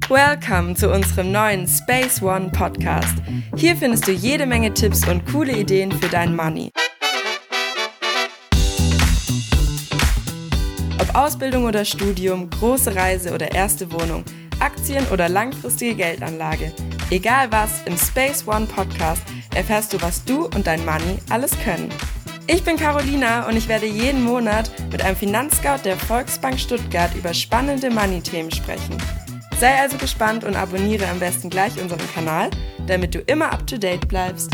Welcome zu unserem neuen Space One Podcast. Hier findest du jede Menge Tipps und coole Ideen für dein Money. Ob Ausbildung oder Studium, große Reise oder erste Wohnung, Aktien oder langfristige Geldanlage. Egal was, im Space One Podcast erfährst du, was du und dein Money alles können. Ich bin Carolina und ich werde jeden Monat mit einem Finanzscout der Volksbank Stuttgart über spannende Money-Themen sprechen. Sei also gespannt und abonniere am besten gleich unseren Kanal, damit du immer up to date bleibst.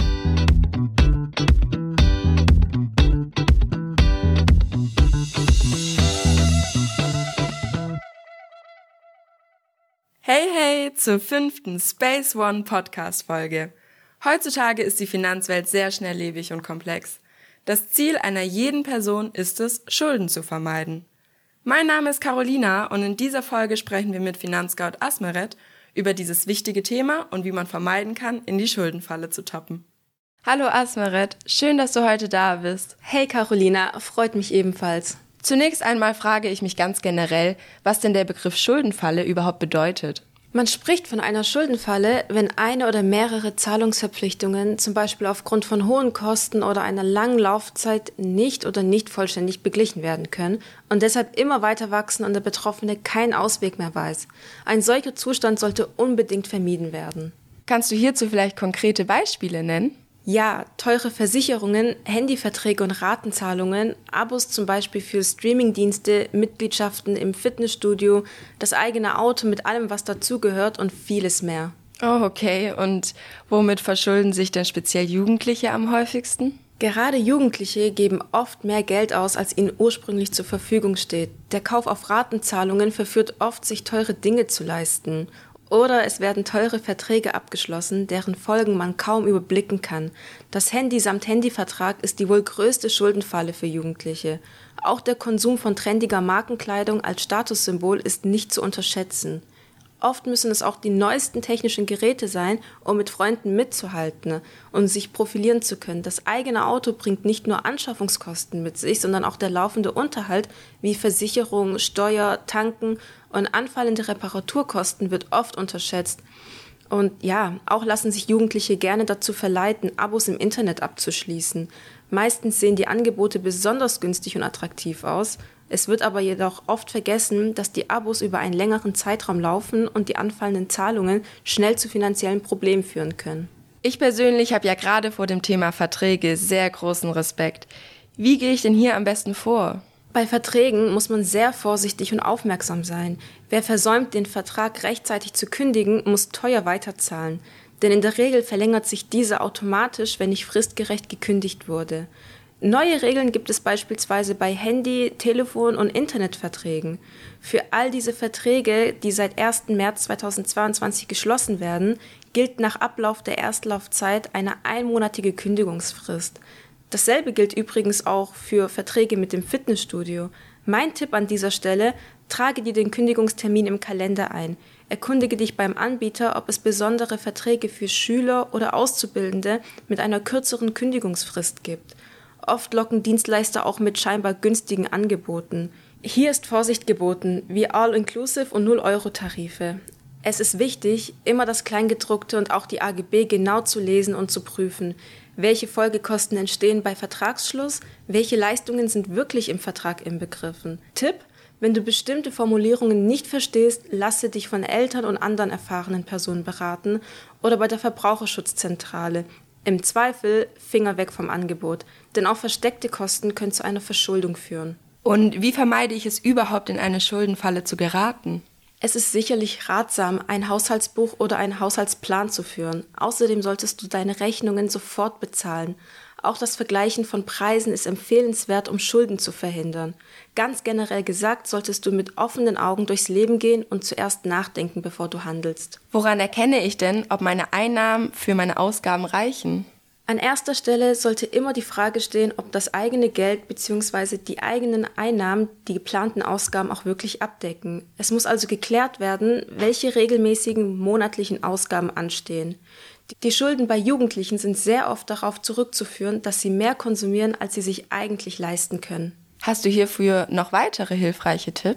Hey zur 5. Space One Podcast-Folge. Heutzutage ist die Finanzwelt sehr schnelllebig und komplex. Das Ziel einer jeden Person ist es, Schulden zu vermeiden. Mein Name ist Carolina und in dieser Folge sprechen wir mit Finanzscout Asmeret über dieses wichtige Thema und wie man vermeiden kann, in die Schuldenfalle zu tappen. Hallo Asmeret, schön, dass du heute da bist. Hey Carolina, freut mich ebenfalls. Zunächst einmal frage ich mich ganz generell, was denn der Begriff Schuldenfalle überhaupt bedeutet. Man spricht von einer Schuldenfalle, wenn eine oder mehrere Zahlungsverpflichtungen, zum Beispiel aufgrund von hohen Kosten oder einer langen Laufzeit, nicht vollständig beglichen werden können und deshalb immer weiter wachsen und der Betroffene keinen Ausweg mehr weiß. Ein solcher Zustand sollte unbedingt vermieden werden. Kannst du hierzu vielleicht konkrete Beispiele nennen? Ja, teure Versicherungen, Handyverträge und Ratenzahlungen, Abos zum Beispiel für Streamingdienste, Mitgliedschaften im Fitnessstudio, das eigene Auto mit allem, was dazugehört und vieles mehr. Oh, okay. Und womit verschulden sich denn speziell Jugendliche am häufigsten? Gerade Jugendliche geben oft mehr Geld aus, als ihnen ursprünglich zur Verfügung steht. Der Kauf auf Ratenzahlungen verführt oft, sich teure Dinge zu leisten. Oder es werden teure Verträge abgeschlossen, deren Folgen man kaum überblicken kann. Das Handy samt Handyvertrag ist die wohl größte Schuldenfalle für Jugendliche. Auch der Konsum von trendiger Markenkleidung als Statussymbol ist nicht zu unterschätzen. Oft müssen es auch die neuesten technischen Geräte sein, um mit Freunden mitzuhalten und sich profilieren zu können. Das eigene Auto bringt nicht nur Anschaffungskosten mit sich, sondern auch der laufende Unterhalt wie Versicherung, Steuer, Tanken und anfallende Reparaturkosten wird oft unterschätzt. Und ja, auch lassen sich Jugendliche gerne dazu verleiten, Abos im Internet abzuschließen. Meistens sehen die Angebote besonders günstig und attraktiv aus. Es wird aber jedoch oft vergessen, dass die Abos über einen längeren Zeitraum laufen und die anfallenden Zahlungen schnell zu finanziellen Problemen führen können. Ich persönlich habe ja gerade vor dem Thema Verträge sehr großen Respekt. Wie gehe ich denn hier am besten vor? Bei Verträgen muss man sehr vorsichtig und aufmerksam sein. Wer versäumt, den Vertrag rechtzeitig zu kündigen, muss teuer weiterzahlen. Denn in der Regel verlängert sich diese automatisch, wenn nicht fristgerecht gekündigt wurde. Neue Regeln gibt es beispielsweise bei Handy-, Telefon- und Internetverträgen. Für all diese Verträge, die seit 1. März 2022 geschlossen werden, gilt nach Ablauf der Erstlaufzeit eine einmonatige Kündigungsfrist. Dasselbe gilt übrigens auch für Verträge mit dem Fitnessstudio. Mein Tipp an dieser Stelle: trage dir den Kündigungstermin im Kalender ein. Erkundige dich beim Anbieter, ob es besondere Verträge für Schüler oder Auszubildende mit einer kürzeren Kündigungsfrist gibt. Oft locken Dienstleister auch mit scheinbar günstigen Angeboten. Hier ist Vorsicht geboten, wie All-Inclusive und 0-Euro-Tarife. Es ist wichtig, immer das Kleingedruckte und auch die AGB genau zu lesen und zu prüfen. Welche Folgekosten entstehen bei Vertragsschluss? Welche Leistungen sind wirklich im Vertrag inbegriffen? Tipp: Wenn du bestimmte Formulierungen nicht verstehst, lasse dich von Eltern und anderen erfahrenen Personen beraten oder bei der Verbraucherschutzzentrale. Im Zweifel Finger weg vom Angebot, denn auch versteckte Kosten können zu einer Verschuldung führen. Und wie vermeide ich es überhaupt, in eine Schuldenfalle zu geraten? Es ist sicherlich ratsam, ein Haushaltsbuch oder einen Haushaltsplan zu führen. Außerdem solltest du deine Rechnungen sofort bezahlen. Auch das Vergleichen von Preisen ist empfehlenswert, um Schulden zu verhindern. Ganz generell gesagt, solltest du mit offenen Augen durchs Leben gehen und zuerst nachdenken, bevor du handelst. Woran erkenne ich denn, ob meine Einnahmen für meine Ausgaben reichen? An erster Stelle sollte immer die Frage stehen, ob das eigene Geld bzw. die eigenen Einnahmen die geplanten Ausgaben auch wirklich abdecken. Es muss also geklärt werden, welche regelmäßigen monatlichen Ausgaben anstehen. Die Schulden bei Jugendlichen sind sehr oft darauf zurückzuführen, dass sie mehr konsumieren, als sie sich eigentlich leisten können. Hast du hierfür noch weitere hilfreiche Tipps?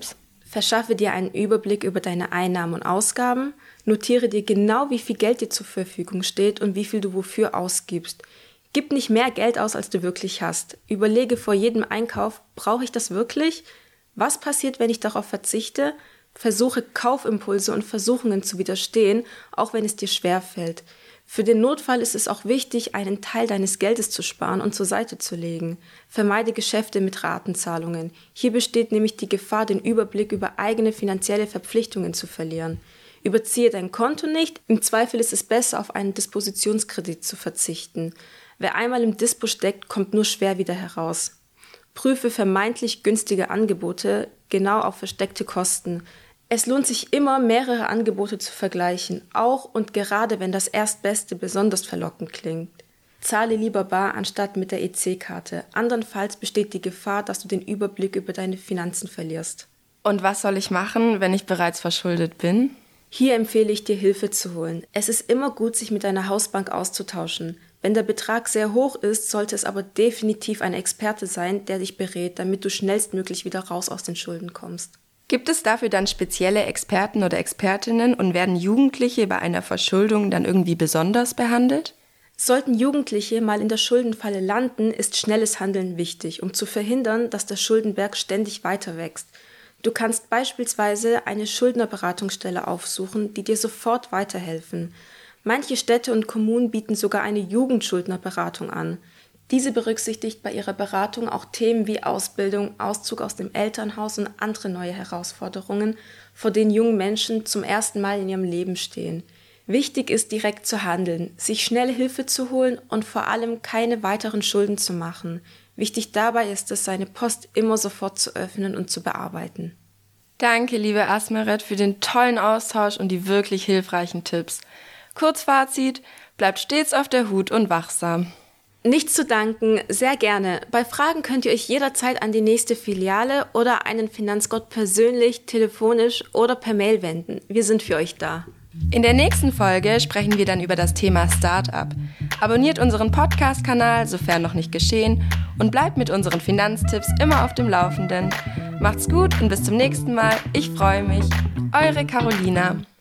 Verschaffe dir einen Überblick über deine Einnahmen und Ausgaben, notiere dir genau, wie viel Geld dir zur Verfügung steht und wie viel du wofür ausgibst. Gib nicht mehr Geld aus, als du wirklich hast. Überlege vor jedem Einkauf, brauche ich das wirklich? Was passiert, wenn ich darauf verzichte? Versuche Kaufimpulse und Versuchungen zu widerstehen, auch wenn es dir schwerfällt. Für den Notfall ist es auch wichtig, einen Teil deines Geldes zu sparen und zur Seite zu legen. Vermeide Geschäfte mit Ratenzahlungen. Hier besteht nämlich die Gefahr, den Überblick über eigene finanzielle Verpflichtungen zu verlieren. Überziehe dein Konto nicht, im Zweifel ist es besser, auf einen Dispositionskredit zu verzichten. Wer einmal im Dispo steckt, kommt nur schwer wieder heraus. Prüfe vermeintlich günstige Angebote, genau auf versteckte Kosten. Es lohnt sich immer, mehrere Angebote zu vergleichen, auch und gerade wenn das Erstbeste besonders verlockend klingt. Zahle lieber bar anstatt mit der EC-Karte. Andernfalls besteht die Gefahr, dass du den Überblick über deine Finanzen verlierst. Und was soll ich machen, wenn ich bereits verschuldet bin? Hier empfehle ich dir, Hilfe zu holen. Es ist immer gut, sich mit deiner Hausbank auszutauschen. Wenn der Betrag sehr hoch ist, sollte es aber definitiv ein Experte sein, der dich berät, damit du schnellstmöglich wieder raus aus den Schulden kommst. Gibt es dafür dann spezielle Experten oder Expertinnen und werden Jugendliche bei einer Verschuldung dann irgendwie besonders behandelt? Sollten Jugendliche mal in der Schuldenfalle landen, ist schnelles Handeln wichtig, um zu verhindern, dass der Schuldenberg ständig weiter wächst. Du kannst beispielsweise eine Schuldnerberatungsstelle aufsuchen, die dir sofort weiterhelfen. Manche Städte und Kommunen bieten sogar eine Jugendschuldnerberatung an. Diese berücksichtigt bei ihrer Beratung auch Themen wie Ausbildung, Auszug aus dem Elternhaus und andere neue Herausforderungen, vor denen junge Menschen zum ersten Mal in ihrem Leben stehen. Wichtig ist, direkt zu handeln, sich schnell Hilfe zu holen und vor allem keine weiteren Schulden zu machen. Wichtig dabei ist es, seine Post immer sofort zu öffnen und zu bearbeiten. Danke, liebe Asmeret, für den tollen Austausch und die wirklich hilfreichen Tipps. Kurzfazit, bleibt stets auf der Hut und wachsam. Nichts zu danken, sehr gerne. Bei Fragen könnt ihr euch jederzeit an die nächste Filiale oder einen Finanzgott persönlich, telefonisch oder per Mail wenden. Wir sind für euch da. In der nächsten Folge sprechen wir dann über das Thema Startup. Abonniert unseren Podcast-Kanal, sofern noch nicht geschehen, und bleibt mit unseren Finanztipps immer auf dem Laufenden. Macht's gut und bis zum nächsten Mal. Ich freue mich. Eure Carolina.